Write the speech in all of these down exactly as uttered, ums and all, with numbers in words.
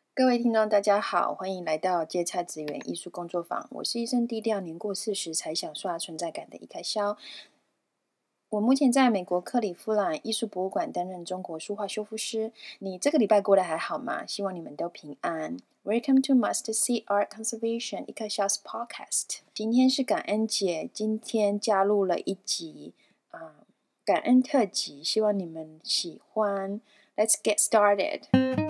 各位听众大家好，欢迎来到芥菜职员艺术工作坊。我是一生低调年过四十才想刷存在感的易凯萧。我目前在美国克利夫兰艺术博物馆担任中国书画修复师。你这个礼拜过得还好吗？希望你们都平安。Welcome to Must See Art Conservation 易凯萧 's Podcast。今天是感恩节，今天加入了一集、呃、感恩特辑，希望你们喜欢。Let's get started。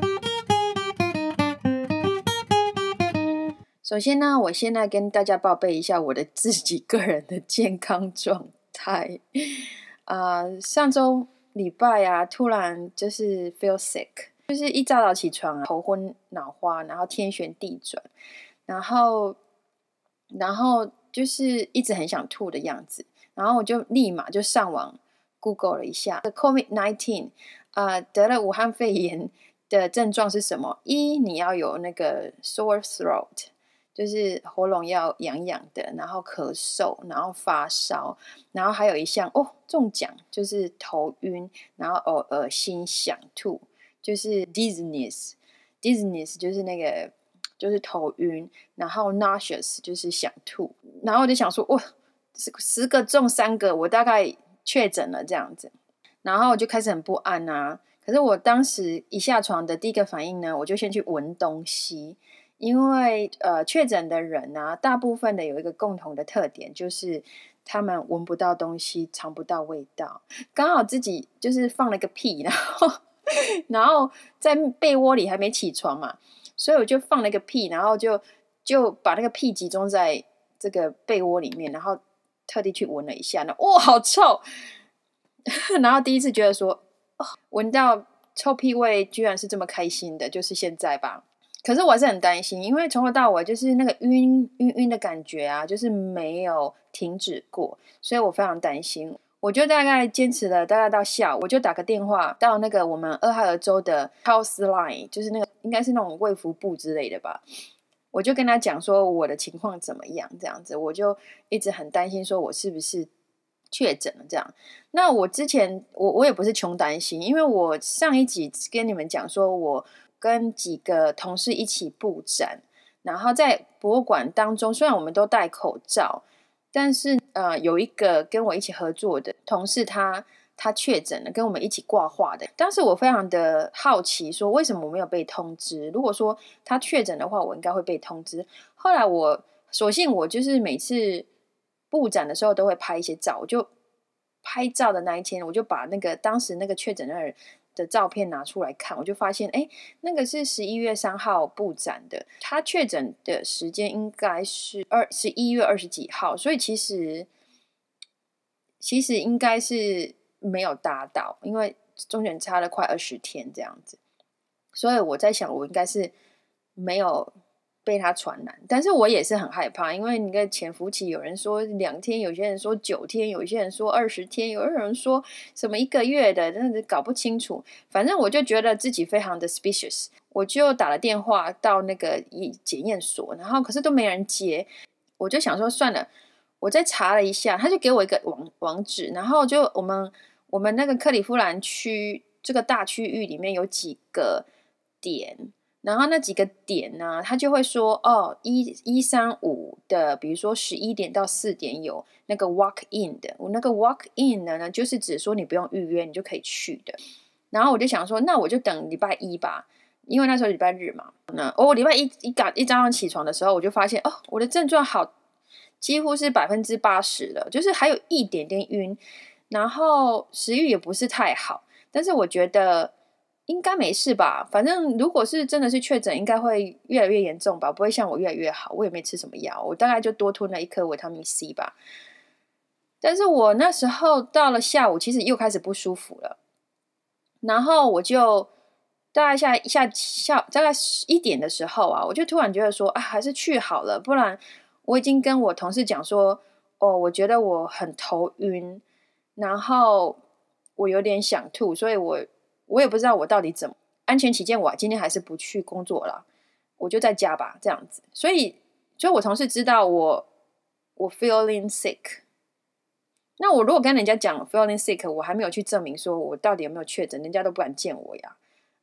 首先呢，我现在跟大家报备一下我的自己个人的健康状态。呃，上周礼拜啊，突然就是 feel sick， 就是一早早起床啊，头昏脑花，然后天旋地转，然后然后就是一直很想吐的样子，然后我就立马就上网 Google 了一下 COVID 十九、呃、得了武汉肺炎的症状是什么？一，你要有那个 sore throat，就是喉咙要痒痒的，然后咳嗽，然后发烧，然后还有一项哦中奖，就是头晕，然后哦恶心想吐，就是 dizziness dizziness 就是那个就是头晕，然后 nauseous 就是想吐，然后我就想说哇，十个中三个，我大概确诊了这样子，然后我就开始很不安啊。可是我当时一下床的第一个反应呢，我就先去闻东西。因为呃，确诊的人啊，大部分的有一个共同的特点，就是他们闻不到东西，尝不到味道。刚好自己就是放了个屁，然后然后在被窝里还没起床嘛，所以我就放了个屁，然后就就把那个屁集中在这个被窝里面，然后特地去闻了一下，那哇，好臭！然后第一次觉得说，哦，闻到臭屁味居然是这么开心的，就是现在吧。可是我还是很担心，因为从头到尾就是那个晕晕晕的感觉啊，就是没有停止过，所以我非常担心。我就大概坚持了大概到下午，我就打个电话到那个我们俄亥俄州的 Health Line， 就是那个应该是那种卫福部之类的吧，我就跟他讲说我的情况怎么样这样子，我就一直很担心说我是不是确诊了这样。那我之前我我也不是穷担心，因为我上一集跟你们讲说我跟几个同事一起布展，然后在博物馆当中，虽然我们都戴口罩，但是呃，有一个跟我一起合作的同事他他确诊了，跟我们一起挂画的。当时我非常的好奇，说为什么我没有被通知？如果说他确诊的话，我应该会被通知。后来我索性我就是每次布展的时候都会拍一些照，我就拍照的那一天，我就把那个当时那个确诊的人的照片拿出来看，我就发现哎，那个是十一月三号布展的，他确诊的时间应该是十一月二十几号，所以其实其实应该是没有达到，因为中间差了快二十天这样子，所以我在想我应该是没有被他传染，但是我也是很害怕，因为你看潜伏期有人说两天，有些人说九天，有些人说二十天，有人说什么一个月的，真的搞不清楚。反正我就觉得自己非常的 suspicious， 我就打了电话到那个检验所，然后可是都没人接，我就想说算了，我再查了一下，他就给我一个网网址，然后就我们我们那个克利夫兰区这个大区域里面有几个点。然后那几个点呢，他就会说哦，一一三五的，比如说十一点到四点有那个 walk in 的，我那个 walk in 的呢，就是指说你不用预约，你就可以去的。然后我就想说，那我就等礼拜一吧，因为那时候礼拜日嘛。那哦，礼拜一一早一早上起床的时候，我就发现哦，我的症状好，几乎是百分之八十了，就是还有一点点晕，然后食欲也不是太好，但是我觉得应该没事吧，反正如果是真的是确诊，应该会越来越严重吧，不会像我越来越好。我也没吃什么药，我大概就多吞了一颗维他命 C 吧。但是我那时候到了下午，其实又开始不舒服了，然后我就大概下下下大概一点的时候啊，我就突然觉得说啊，还是去好了，不然我已经跟我同事讲说，哦，我觉得我很头晕，然后我有点想吐，所以我我也不知道我到底怎么，安全起见，我今天还是不去工作了，我就在家吧，这样子。所以，所以我同事知道我我 feeling sick。那我如果跟人家讲 feeling sick， 我还没有去证明说我到底有没有确诊，人家都不敢见我呀。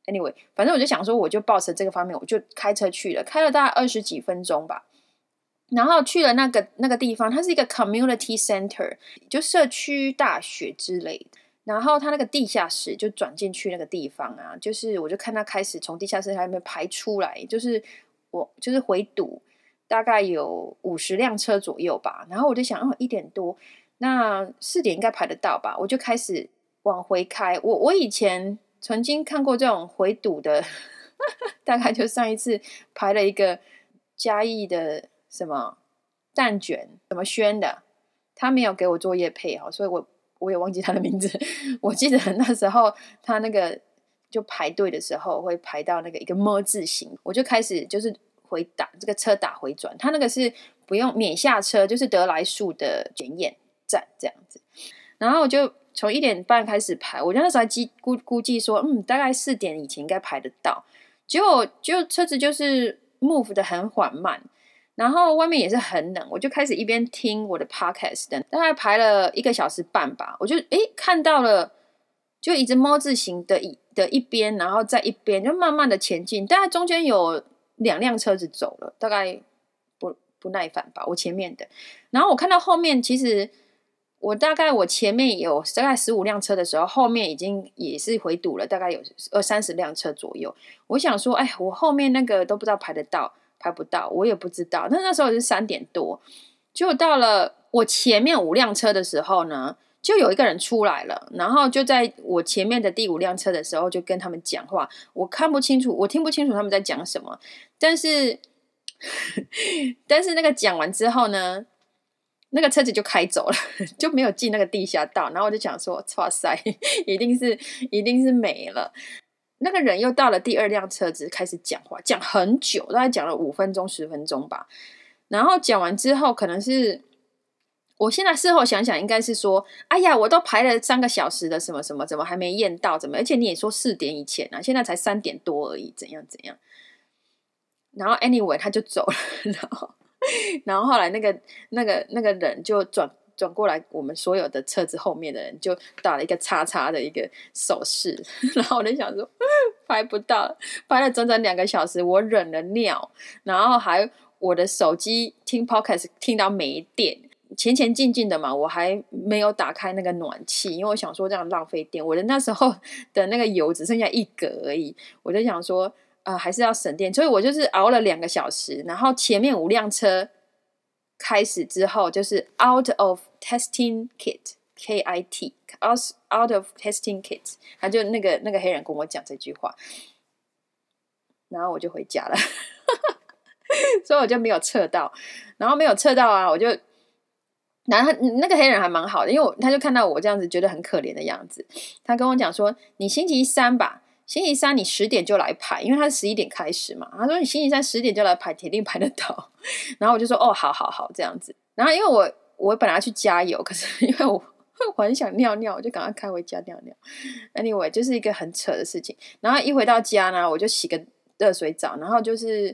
Anyway， 反正我就想说，我就抱着这个方面，我就开车去了，开了大概二十几分钟吧。然后去了那个那个地方，它是一个 community center， 就社区大学之类的。然后它那个地下室就转进去那个地方啊，就是我就看它开始从地下室那边排出来，就是我就是回堵，大概有五十辆车左右吧。然后我就想，哦，一点多，那四点应该排得到吧？我就开始往回开。我我以前曾经看过这种回堵的，大概就上一次排了一个嘉义的什么蛋卷，什么轩的，他没有给我做业配，所以我我也忘记他的名字。我记得那时候他那个就排队的时候会排到那个一个 M 字形，我就开始就是回打这个车打回转，他那个是不用免下车，就是得来速的检验站这样子。然后我就从一点半开始排，我就那时候还估估计说，嗯，大概四点以前应该排得到。结果就车子就是 move 的很缓慢，然后外面也是很冷，我就开始一边听我的 podcast， 大概排了一个小时半吧，我就诶看到了，就一直猫字形的一的一边，然后在一边就慢慢的前进，大概中间有两辆车子走了，大概不不耐烦吧，我前面的，然后我看到后面，其实我大概我前面有大概十五辆车的时候，后面已经也是回堵了，大概有二三十辆车左右。我想说，哎，我后面那个都不知道排得到排不到，我也不知道。那那时候是三点多，结果到了我前面五辆车的时候呢，就有一个人出来了，然后就在我前面的第五辆车的时候，就跟他们讲话。我看不清楚，我听不清楚他们在讲什么，但是但是那个讲完之后呢，那个车子就开走了，就没有进那个地下道。然后我就想说，哇塞，一定是一定是没了。那个人又到了第二辆车子，开始讲话，讲很久，大概讲了五分钟十分钟吧。然后讲完之后，可能是我现在事后想想，应该是说，哎呀，我都排了三个小时的什么什么，怎么还没验到？怎么？而且你也说四点以前啊，现在才三点多而已，怎样怎样？然后 anyway 他就走了，然后然后后来那个那个那个人就转转过来，我们所有的车子后面的人就打了一个叉叉的一个手势，然后我就想说排不到，排了整整两个小时，我忍了尿，然后还我的手机听 podcast 听到没电，前前进进的嘛，我还没有打开那个暖气，因为我想说这样浪费电，我的那时候的那个油只剩下一格而已，我就想说呃，还是要省电，所以我就是熬了两个小时，然后前面五辆车开始之后，就是 out of testing kit K I T out of testing kit， 他就那个那个黑人跟我讲这句话，然后我就回家了，所以我就没有测到，然后没有测到啊，我就。然后他那个黑人还蛮好的，因为我他就看到我这样子觉得很可怜的样子，他跟我讲说：“你星期三吧。”星期三你十点就来排，因为他是十一点开始嘛。他说你星期三十点就来排，铁定排得到。然后我就说哦，好好好，这样子。然后因为我我本来要去加油，可是因为我我很想尿尿，我就赶快开回家尿尿。Anyway， 就是一个很扯的事情。然后一回到家呢，我就洗个热水澡，然后就是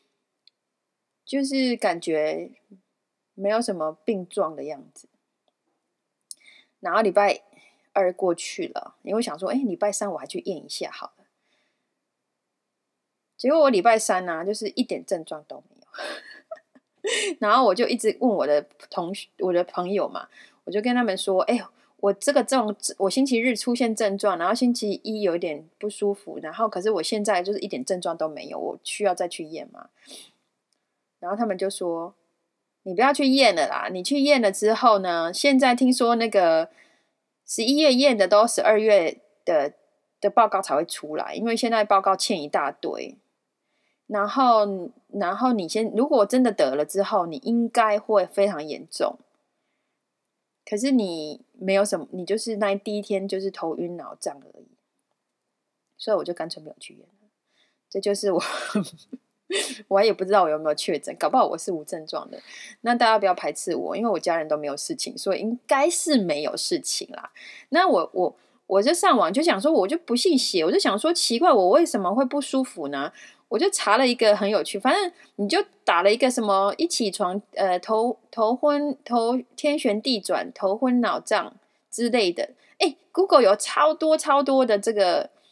就是感觉没有什么病状的样子。然后礼拜二过去了，因为我想说，哎，礼拜三我还去验一下好了。结果我礼拜三呢、啊，就是一点症状都没有。然后我就一直问我的同学、我的朋友嘛，我就跟他们说，哎，我这个症，我星期日出现症状，然后星期一有一点不舒服，然后可是我现在就是一点症状都没有，我需要再去验吗？然后他们就说，你不要去验了啦，你去验了之后呢，现在听说那个。十一月验的都十二月的的报告才会出来，因为现在报告欠一大堆。然后，然后你先，如果真的得了之后，你应该会非常严重。可是你没有什么，你就是那第一天就是头晕脑胀而已。所以我就干脆没有去验了。这就是我。我也不知道我有没有确诊，搞不好我是无症状的。那大家不要排斥我，因为我家人都没有事情，所以应该是没有事情啦。那我我我就上网就想说，我就不信邪，我就想说奇怪，我为什么会不舒服呢？我就查了一个很有趣，反正你就打了一个什么一起床呃头头昏头天旋地转头昏脑胀之类的。哎 ，Google 有超多超多的这个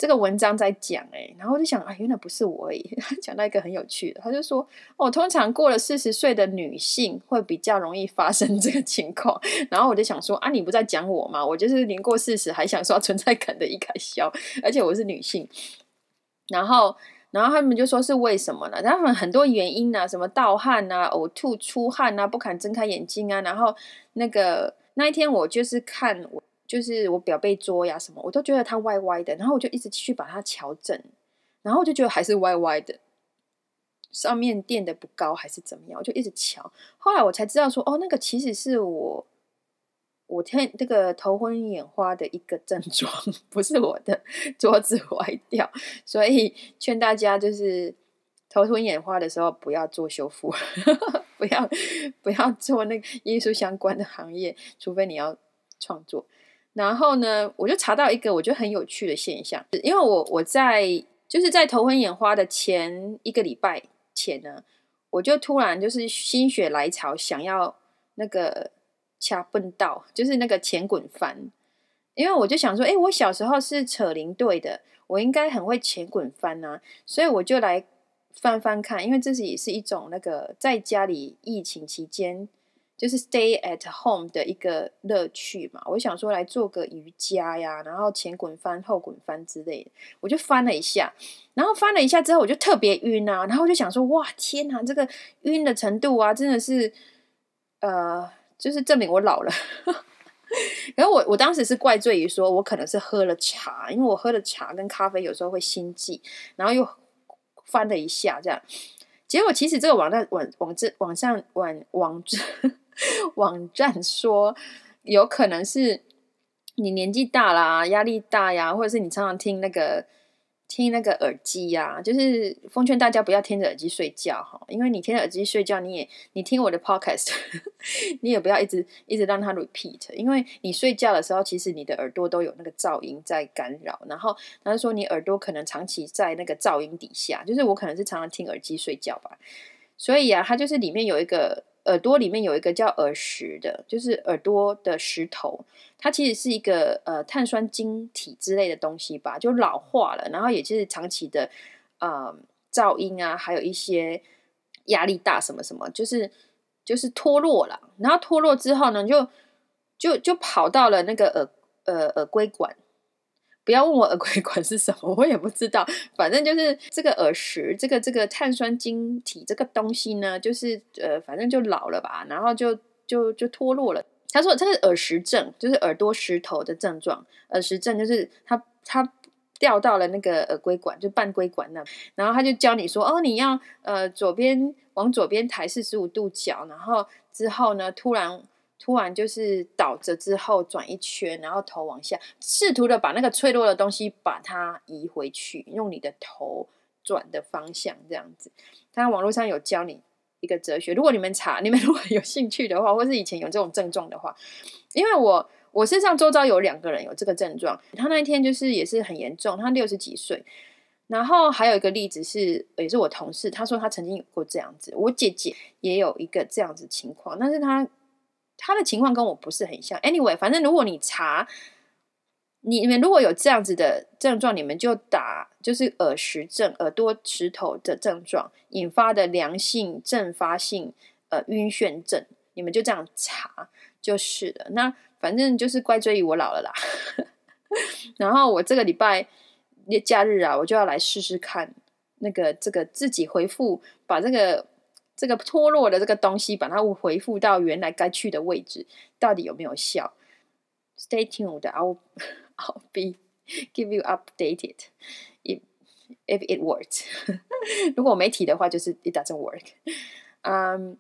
这个文章在讲哎、欸，然后我就想啊，原来不是我而已。他讲到一个很有趣的，他就说哦，通常过了四十岁的女性会比较容易发生这个情况。然后我就想说啊，你不在讲我吗？我就是年过四十还想刷存在感的一开销，而且我是女性。然后，然后他们就说是为什么呢？他们很多原因啊，什么盗汗啊、呕吐、出汗啊、不敢睁开眼睛啊。然后那个那一天我就是看我。就是我表背桌呀什么，我都觉得它歪歪的，然后我就一直去把它调整，然后我就觉得还是歪歪的，上面垫的不高还是怎么样，我就一直瞧。后来我才知道说，哦，那个其实是我我天这个头昏眼花的一个症状，不是我的桌子歪掉。所以劝大家就是头昏眼花的时候不要做修复，不要不要做那个艺术相关的行业，除非你要创作。然后呢，我就查到一个我觉得很有趣的现象，因为我我在就是在头昏眼花的前一个礼拜前呢，我就突然就是心血来潮，想要那个掐笨道，就是那个前滚翻。因为我就想说，哎，我小时候是扯铃队的，我应该很会前滚翻啊，所以我就来翻翻看，因为这是也是一种那个在家里疫情期间。就是 stay at home 的一个乐趣嘛，我想说来做个瑜伽呀，然后前滚翻、后滚翻之类的，我就翻了一下，然后翻了一下之后，我就特别晕啊，然后我就想说，哇，天哪，这个晕的程度啊，真的是，呃，就是证明我老了。然后我我当时是怪罪于说，我可能是喝了茶，因为我喝了茶跟咖啡有时候会心悸，然后又翻了一下这样。结果其实这个网站网网站网上网网网站说，有可能是你年纪大啦，压力大呀，或者是你常常听那个听那个耳机呀，就是奉劝大家不要听着耳机睡觉哈，因为你听着耳机睡觉，你也你听我的 podcast， 你也不要一直一直让它 repeat， 因为你睡觉的时候，其实你的耳朵都有那个噪音在干扰，然后他说你耳朵可能长期在那个噪音底下，就是我可能是常常听耳机睡觉吧，所以啊，它就是里面有一个。耳朵里面有一个叫耳石的，就是耳朵的石头，它其实是一个呃碳酸晶体之类的东西吧，就老化了，然后也就是长期的呃噪音啊，还有一些压力大什么什么，就是就是脱落了，然后脱落之后呢，就就就跑到了那个耳呃耳归管。不要问我耳归管是什么，我也不知道。反正就是这个耳石，这个这个碳酸晶体这个东西呢，就是呃，反正就老了吧，然后就就就脱落了。他说这个耳石症就是耳朵石头的症状，耳石症就是他他掉到了那个耳归管，就半归管那，然后他就教你说，哦，你要呃左边往左边抬四十五度角，然后之后呢，突然。突然就是倒着之后转一圈，然后头往下，试图的把那个脆弱的东西把它移回去，用你的头转的方向这样子。他网络上有教你一个哲学，如果你们查，你们如果有兴趣的话，或是以前有这种症状的话，因为我我身上周遭有两个人有这个症状，他那一天就是也是很严重，他六十几岁。然后还有一个例子是，也是我同事，他说他曾经有过这样子，我姐姐也有一个这样子情况，但是他。他的情况跟我不是很像 anyway 反正如果你查你们如果有这样子的症状，你们就打就是耳石症耳朵石头的症状引发的良性阵发性呃晕眩症，你们就这样查就是了。那反正就是怪罪于我老了啦然后我这个礼拜假日啊，我就要来试试看那个这个自己回复把这个这个脱落的这个东西把它回复到原来该去的位置，到底有没有效 ？Stay tuned, I'll I'll be give you updated if if it works 。如果我没提的话，就是 it doesn't work。嗯，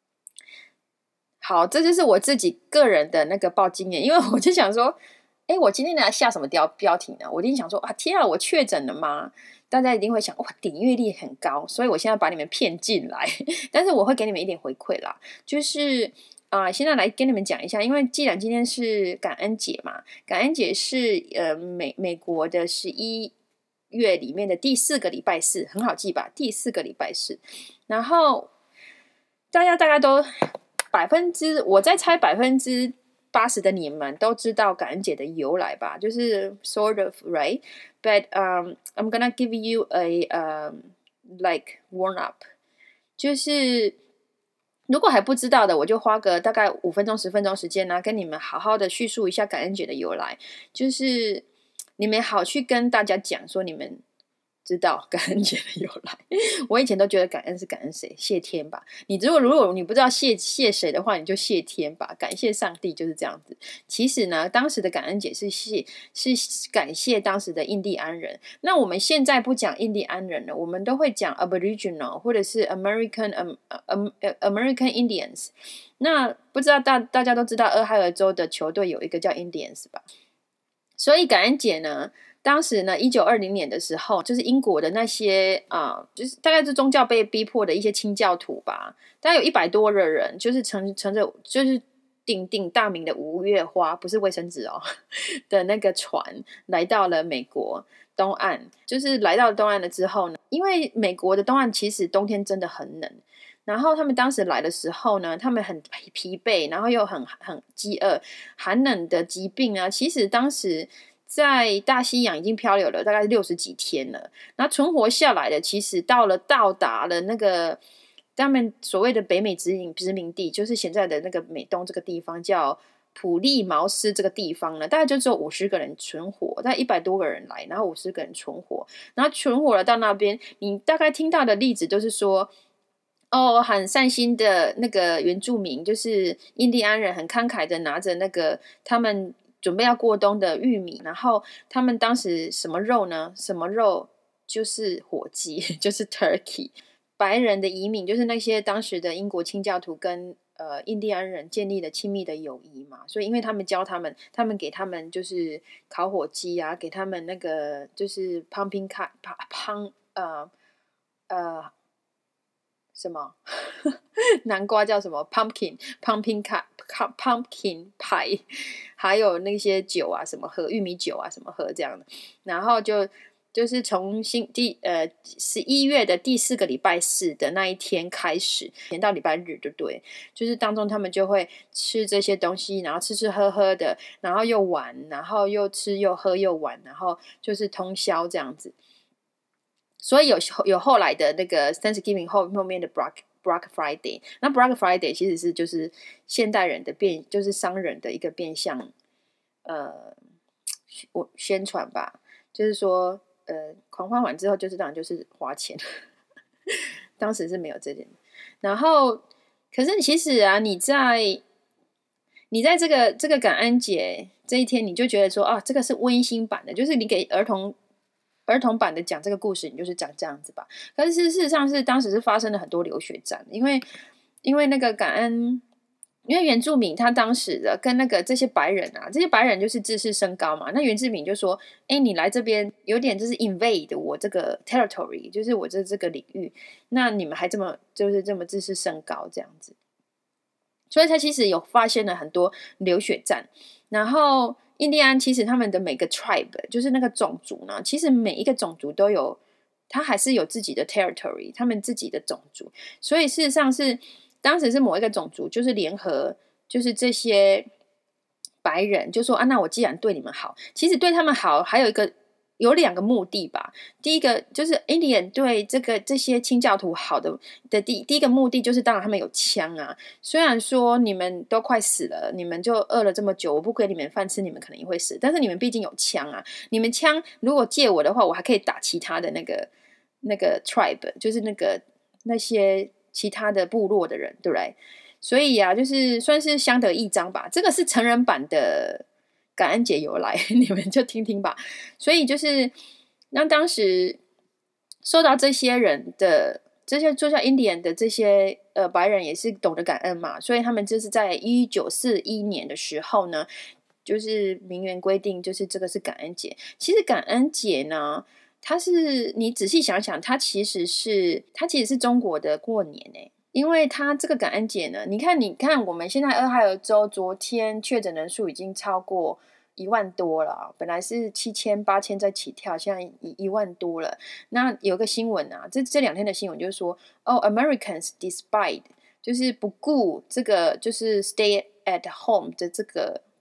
好，这就是我自己个人的那个报经验，因为我就想说，哎，我今天来下什么标标题呢？我一定想说啊，天啊，我确诊了吗？大家一定会想，哇，点阅率很高，所以我现在把你们骗进来。但是我会给你们一点回馈啦，就是啊、呃，现在来跟你们讲一下，因为既然今天是感恩节嘛，感恩节是呃美美国的十一月里面的第四个礼拜四，很好记吧？第四个礼拜四，然后大家大概都百分之，我在猜百分之八十的你们都知道感恩节的由来吧？就是 sort of right。 but um, I'm gonna give you a um, like warm up， 就是如果还不知道的，我就花个大概五分钟、十分钟时间呢、啊，跟你们好好的叙述一下感恩节的由来，就是你们好去跟大家讲说你们知道感恩节的由来。我以前都觉得感恩是感恩谁？谢天吧。你如果如果你不知道谢谢谁的话，你就谢天吧，感谢上帝就是这样子。其实呢，当时的感恩节是谢是感谢当时的印第安人。那我们现在不讲印第安人了，我们都会讲 Aboriginal 或者是 American um, um, American Indians。那不知道大大家都知道俄亥俄州的球队有一个叫 Indians 吧？所以感恩节呢，当时呢，一九二零年的时候，就是英国的那些啊、呃，就是大概是宗教被逼迫的一些清教徒吧，大概有一百多个人，就是乘乘着就是鼎鼎大名的五月花，不是卫生纸哦的那个船，来到了美国东岸。就是来到东岸了之后呢，因为美国的东岸其实冬天真的很冷。然后他们当时来的时候呢，他们很疲惫，然后又很很饥饿，寒冷的疾病啊，其实当时在大西洋已经漂流了大概六十几天了。然后存活下来的，其实到了到达了那个他们所谓的北美殖民殖民地，就是现在的那个美东这个地方，叫普利茅斯这个地方呢，大概就只有五十个人存活，大概一百多个人来，然后五十个人存活，然后存活了到那边，你大概听到的例子都是说。哦，很善心的那个原住民，就是印第安人，很慷慨的拿着那个他们准备要过冬的玉米，然后他们当时什么肉呢？什么肉？就是火鸡，就是 turkey。白人的移民就是那些当时的英国清教徒跟呃印第安人建立了亲密的友谊嘛，所以因为他们教他们，他们给他们就是烤火鸡啊，给他们那个就是 pumpkin pie pump 呃呃。什么南瓜叫什么 pumpkin pumpkin pumpkin pie， 还有那些酒啊什么喝，玉米酒啊什么喝这样的。然后就就是从新第呃十一月的第四个礼拜四的那一天开始，连到礼拜日就对，就是当中他们就会吃这些东西，然后吃吃喝喝的，然后又玩，然后又吃又喝又玩，然后就是通宵这样子。所以有有后来的那个 Thanksgiving 后后面的 Black Black Friday， 那 Black Friday 其实是就是现代人的变，就是商人的一个变相呃宣传吧，就是说呃狂欢完之后就是当然就是花钱，当时是没有这点。然后可是其实啊，你在你在这个这个感恩节这一天，你就觉得说啊，这个是温馨版的，就是你给儿童。儿童版的讲这个故事，你就是讲这样子吧。可是事实上是当时是发生了很多流血战，因为因为那个感恩，因为原住民他当时的跟那个这些白人啊，这些白人就是自视升高嘛。那原住民就说：“哎，你来这边有点就是 invade 我这个 territory， 就是我这这个领域，那你们还这么就是这么自视升高这样子。”所以他其实有发现了很多流血战，然后。印第安其实他们的每个 tribe 就是那个种族呢，其实每一个种族都有，他还是有自己的 territory， 他们自己的种族。所以事实上是当时是某一个种族，就是联合，就是这些白人就说啊，那我既然对你们好，其实对他们好还有一个。有两个目的吧，第一个就是 Indian 对这个这些清教徒好的的第第一个目的就是，当然他们有枪啊。虽然说你们都快死了，你们就饿了这么久，我不给你们饭吃，你们可能也会死。但是你们毕竟有枪啊，你们枪如果借我的话，我还可以打其他的那个那个 tribe， 就是那个那些其他的部落的人，对不对？所以啊，就是算是相得益彰吧。这个是成人版的。感恩节由来，你们就听听吧。所以就是，那当时受到这些人的这些就像 Indian 的这些呃白人也是懂得感恩嘛，所以他们就是在一九四一年的时候呢，就是明文规定，就是这个是感恩节。其实感恩节呢，它是你仔细想想，它其实是它其实是中国的过年诶。因为他这个感恩节呢，你看，你看，我们现在俄亥俄州昨天确诊人数已经超过一万多了，本来是七千、八千在起跳，现在一一万多了。那有个新闻啊，这这两天的新闻就是说，哦 ，Americans despite 就是不顾这个就是 stay at home 的这个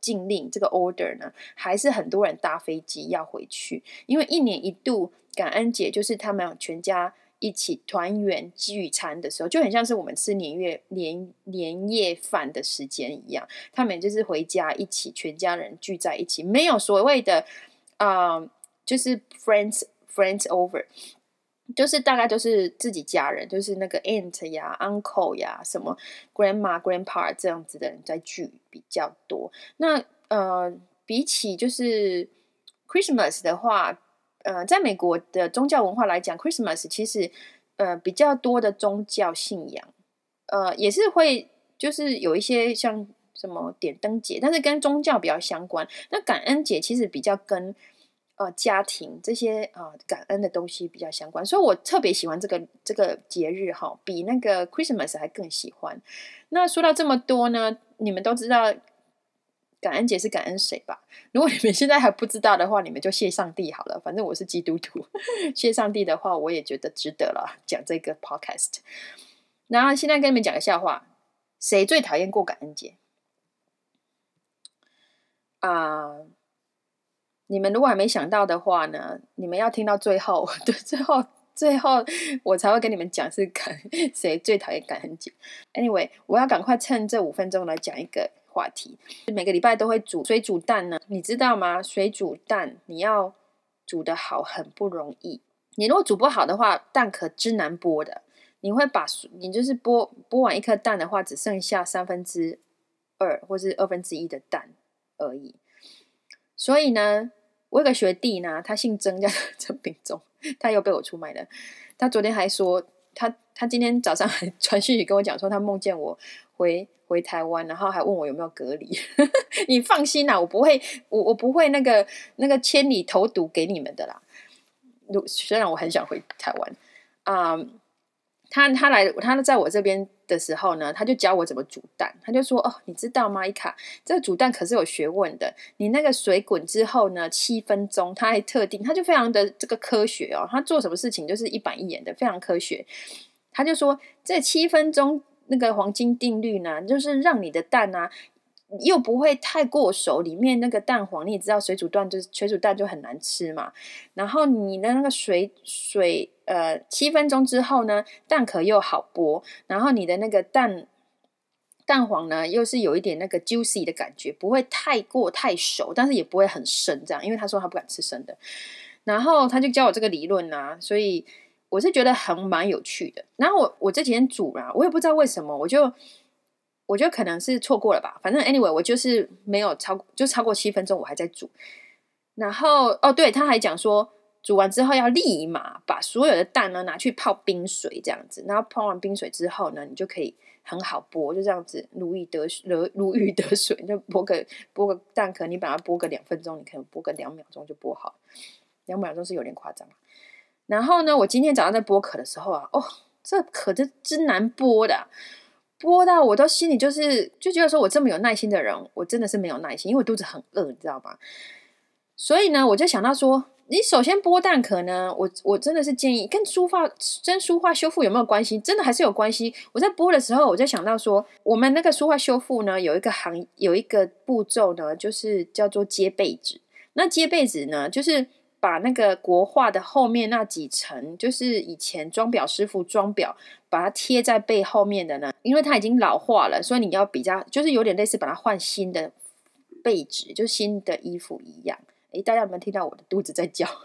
禁令这个 order 呢，还是很多人搭飞机要回去，因为一年一度感恩节就是他们全家一起团圆聚餐的时候，就很像是我们吃年月年年夜饭的时间一样，他们就是回家一起全家人聚在一起，没有所谓的啊、呃，就是 friends friends over， 就是大概都是自己家人，就是那个 aunt 呀 uncle 呀什么 grandma grandpa 这样子的人在聚比较多。那呃比起就是 Christmas 的话，呃，在美国的宗教文化来讲 ，Christmas 其实呃比较多的宗教信仰，呃也是会就是有一些像什么点灯节，但是跟宗教比较相关。那感恩节其实比较跟呃家庭这些呃感恩的东西比较相关，所以我特别喜欢这个这个节日哈，比那个 Christmas 还更喜欢。那说到这么多呢，你们都知道感恩节是感恩谁吧？如果你们现在还不知道的话，你们就谢上帝好了。反正我是基督徒，谢上帝的话，我也觉得值得了，讲这个 podcast。然后现在跟你们讲个笑话，谁最讨厌过感恩节？啊、呃，你们如果还没想到的话呢，你们要听到最后，对，最后最后我才会跟你们讲是感谁最讨厌感恩节。Anyway， 我要赶快趁这五分钟来讲一个话题。每个礼拜都会煮水煮蛋呢，你知道吗？水煮蛋你要煮得好很不容易。你如果煮不好的话，蛋壳之难剥的。你会把你就是剥剥完一颗蛋的话，只剩下三分之二或是二分之一的蛋而已。所以呢，我有个学弟呢，他姓曾，叫曾秉忠，他又被我出卖了。他昨天还说，他他今天早上还传讯息跟我讲说，他梦见我回回台湾，然后还问我有没有隔离。你放心啦，我不会，我我不会那个那个千里投毒给你们的啦。虽然我很想回台湾啊。嗯他他来他在我这边的时候呢，他就教我怎么煮蛋。他就说：“哦，你知道吗，伊卡，这个煮蛋可是有学问的。你那个水滚之后呢，七分钟，他还特定，他就非常的这个科学哦。他做什么事情就是一板一眼的，非常科学。他就说，这七分钟那个黄金定律呢，就是让你的蛋啊。”又不会太过熟，里面那个蛋黄你也知道，水煮蛋就是水煮蛋就很难吃嘛。然后你的那个水水呃七分钟之后呢，蛋壳又好剥，然后你的那个蛋蛋黄呢又是有一点那个 juicy 的感觉，不会太过太熟，但是也不会很生这样，因为他说他不敢吃生的。然后他就教我这个理论啊，所以我是觉得很蛮有趣的。然后我我这几天煮啦，我也不知道为什么，我就。我觉得可能是错过了吧，反正 anyway 我就是没有超就超过七分钟我还在煮。然后哦对，他还讲说煮完之后要立马把所有的蛋呢拿去泡冰水这样子，然后泡完冰水之后呢，你就可以很好剥，就这样子如鱼得如如鱼得水，就剥个剥个蛋壳，你把它剥个两分钟，你可能剥个两秒钟就剥好，两秒钟是有点夸张。然后呢，我今天早上在剥壳的时候啊，哦，这壳真真难剥的、啊。剥到我都心里就是就觉得说我这么有耐心的人，我真的是没有耐心，因为我肚子很饿，你知道吗？所以呢，我就想到说，你首先剥蛋壳呢，我我真的是建议跟书画跟书画修复有没有关系？真的还是有关系。我在剥的时候，我就想到说，我们那个书画修复呢，有一个行有一个步骤呢，就是叫做接背纸。那接背纸呢，就是把那个国画的后面那几层，就是以前装裱师傅装裱，把它贴在背后面的呢，因为它已经老化了，所以你要比较，就是有点类似把它换新的背纸，就新的衣服一样。诶，大家有没有听到我的肚子在叫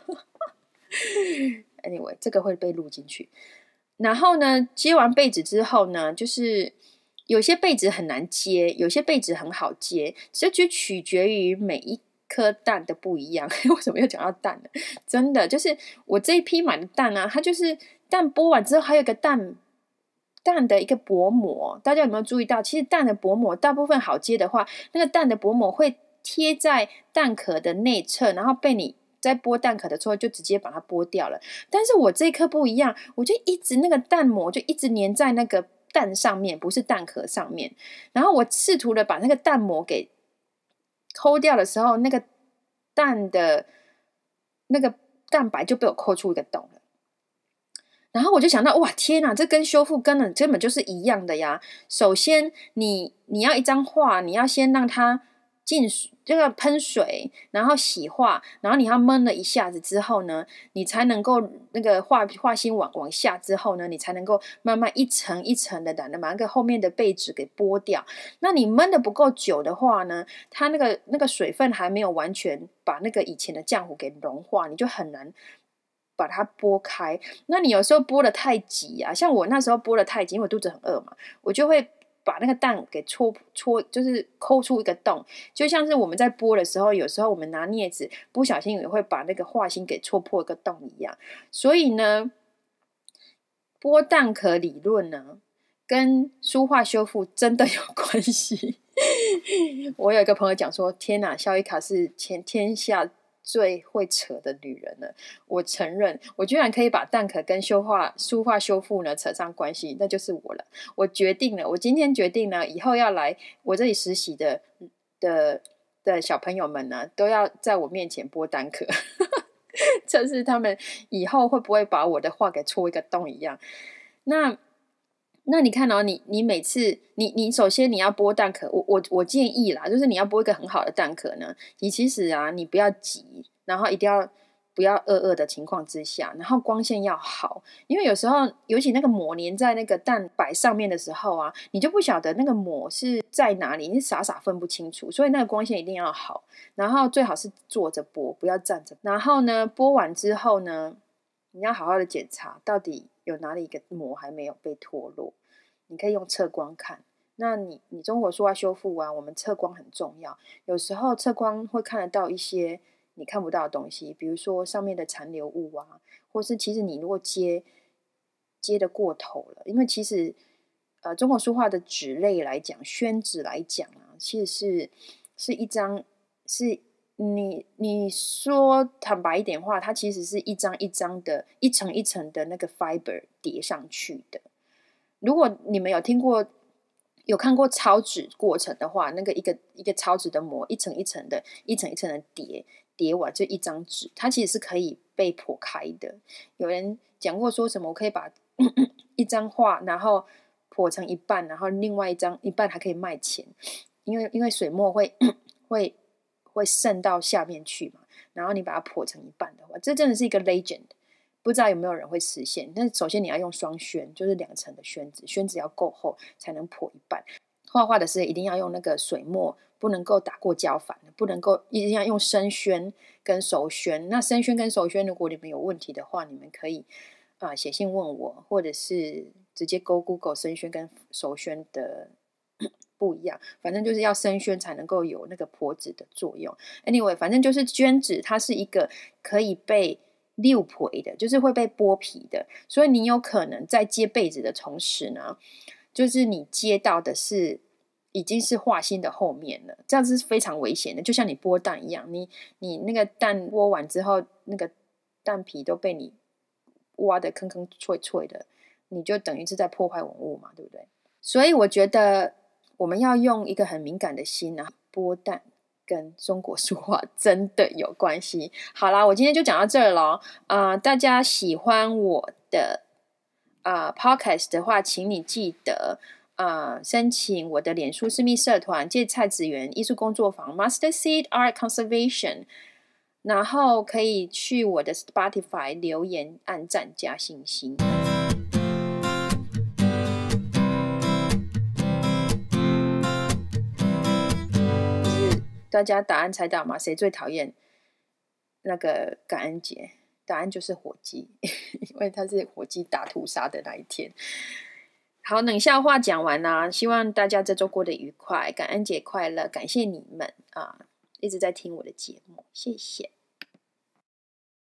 ？Anyway， 这个会被录进去。然后呢，接完背纸之后呢，就是有些背纸很难接，有些背纸很好接，这就取决于每一颗蛋的不一样。为什么又讲到蛋呢？真的就是我这一批买的蛋啊，它就是蛋剥完之后还有一个蛋蛋的一个薄膜，大家有没有注意到？其实蛋的薄膜大部分好接的话，那个蛋的薄膜会贴在蛋壳的内侧，然后被你在剥蛋壳的时候就直接把它剥掉了。但是我这一颗不一样，我就一直那个蛋膜就一直粘在那个蛋上面，不是蛋壳上面。然后我试图的把那个蛋膜给抠掉的时候，那个蛋的那个蛋白就被我抠出一个洞了。然后我就想到，哇，天哪，这跟修复根本根本就是一样的呀。首先你你要一张画，你要先让它进这个喷水，然后洗化，然后你要焖了一下子之后呢，你才能够那个化化芯往往下之后呢，你才能够慢慢一层一层的把那个后面的被纸给剥掉。那你焖的不够久的话呢，它那个那个水分还没有完全把那个以前的浆糊给融化，你就很难把它剥开。那你有时候剥的太急啊，像我那时候剥的太急，因为我肚子很饿嘛，我就会把那个蛋给戳戳，就是抠出一个洞，就像是我们在剥的时候，有时候我们拿镊子不小心也会把那个化芯给戳破一个洞一样。所以呢，剥蛋壳理论呢，跟书画修复真的有关系。我有一个朋友讲说，天哪，肖一卡是全天下最会扯的女人了。我承认，我居然可以把蛋壳跟修画书画修复呢扯上关系，那就是我了。我决定了，我今天决定呢，以后要来我这里实习的的的小朋友们呢，都要在我面前剥蛋壳。这是他们以后会不会把我的画给戳一个洞一样。那那你看哦，你你每次你你首先你要剥蛋壳，我我我建议啦，就是你要剥一个很好的蛋壳呢，你其实啊，你不要急，然后一定要不要饿饿的情况之下，然后光线要好，因为有时候尤其那个膜粘在那个蛋白上面的时候啊，你就不晓得那个膜是在哪里，你傻傻分不清楚，所以那个光线一定要好，然后最好是坐着剥，不要站着。然后呢，剥完之后呢，你要好好的检查到底有哪里一个膜还没有被脱落，你可以用测光看。那你你中国书画修复啊，我们测光很重要，有时候测光会看得到一些你看不到的东西，比如说上面的残留物啊，或是其实你如果接接得过头了，因为其实呃中国书画的纸类来讲，宣纸来讲啊，其实是是一张是你你说坦白一点话，它其实是一张一张的一层一层的那个 fiber 叠上去的。如果你们有听过有看过抄纸过程的话，那个一个一个抄纸的膜一层一层的一层一层的叠叠完就一张纸，它其实是可以被剖开的。有人讲过说什么我可以把一张画然后剖成一半，然后另外一张一半还可以卖钱，因为因为水墨会会会渗到下面去嘛，然后你把它剖成一半的话，这真的是一个 legend， 不知道有没有人会实现。但首先你要用双宣，就是两层的宣纸，宣纸要够厚才能剖一半。画画的时候一定要用那个水墨，不能够打过胶反，不能够一定要用生宣跟熟宣。那生宣跟熟宣如果你们有问题的话，你们可以啊写信问我，或者是直接 go Google 生宣跟熟宣的不一样，反正就是要生宣才能够有那个剖纸的作用。Anyway， 反正就是宣纸它是一个可以被溜皮的，就是会被剥皮的，所以你有可能在接被子的同时呢，就是你接到的是已经是画芯的后面了，这样是非常危险的，就像你剥蛋一样，你你那个蛋剥完之后，那个蛋皮都被你挖的坑坑脆脆的，你就等于是在破坏文物嘛，对不对？所以我觉得我们要用一个很敏感的心啊，剥蛋跟中国书画真的有关系。好啦，我今天就讲到这儿咯。呃、大家喜欢我的、呃、podcast 的话，请你记得呃，申请我的脸书私密社团芥菜子园艺术工作坊 Master Seed Art Conservation， 然后可以去我的 Spotify 留言按赞加星星。大家答案猜到吗？谁最讨厌那个感恩节？答案就是火鸡，因为它是火鸡大屠杀的那一天。好，冷笑话讲完啦，希望大家这周过得愉快，感恩节快乐，感谢你们啊，一直在听我的节目，谢谢。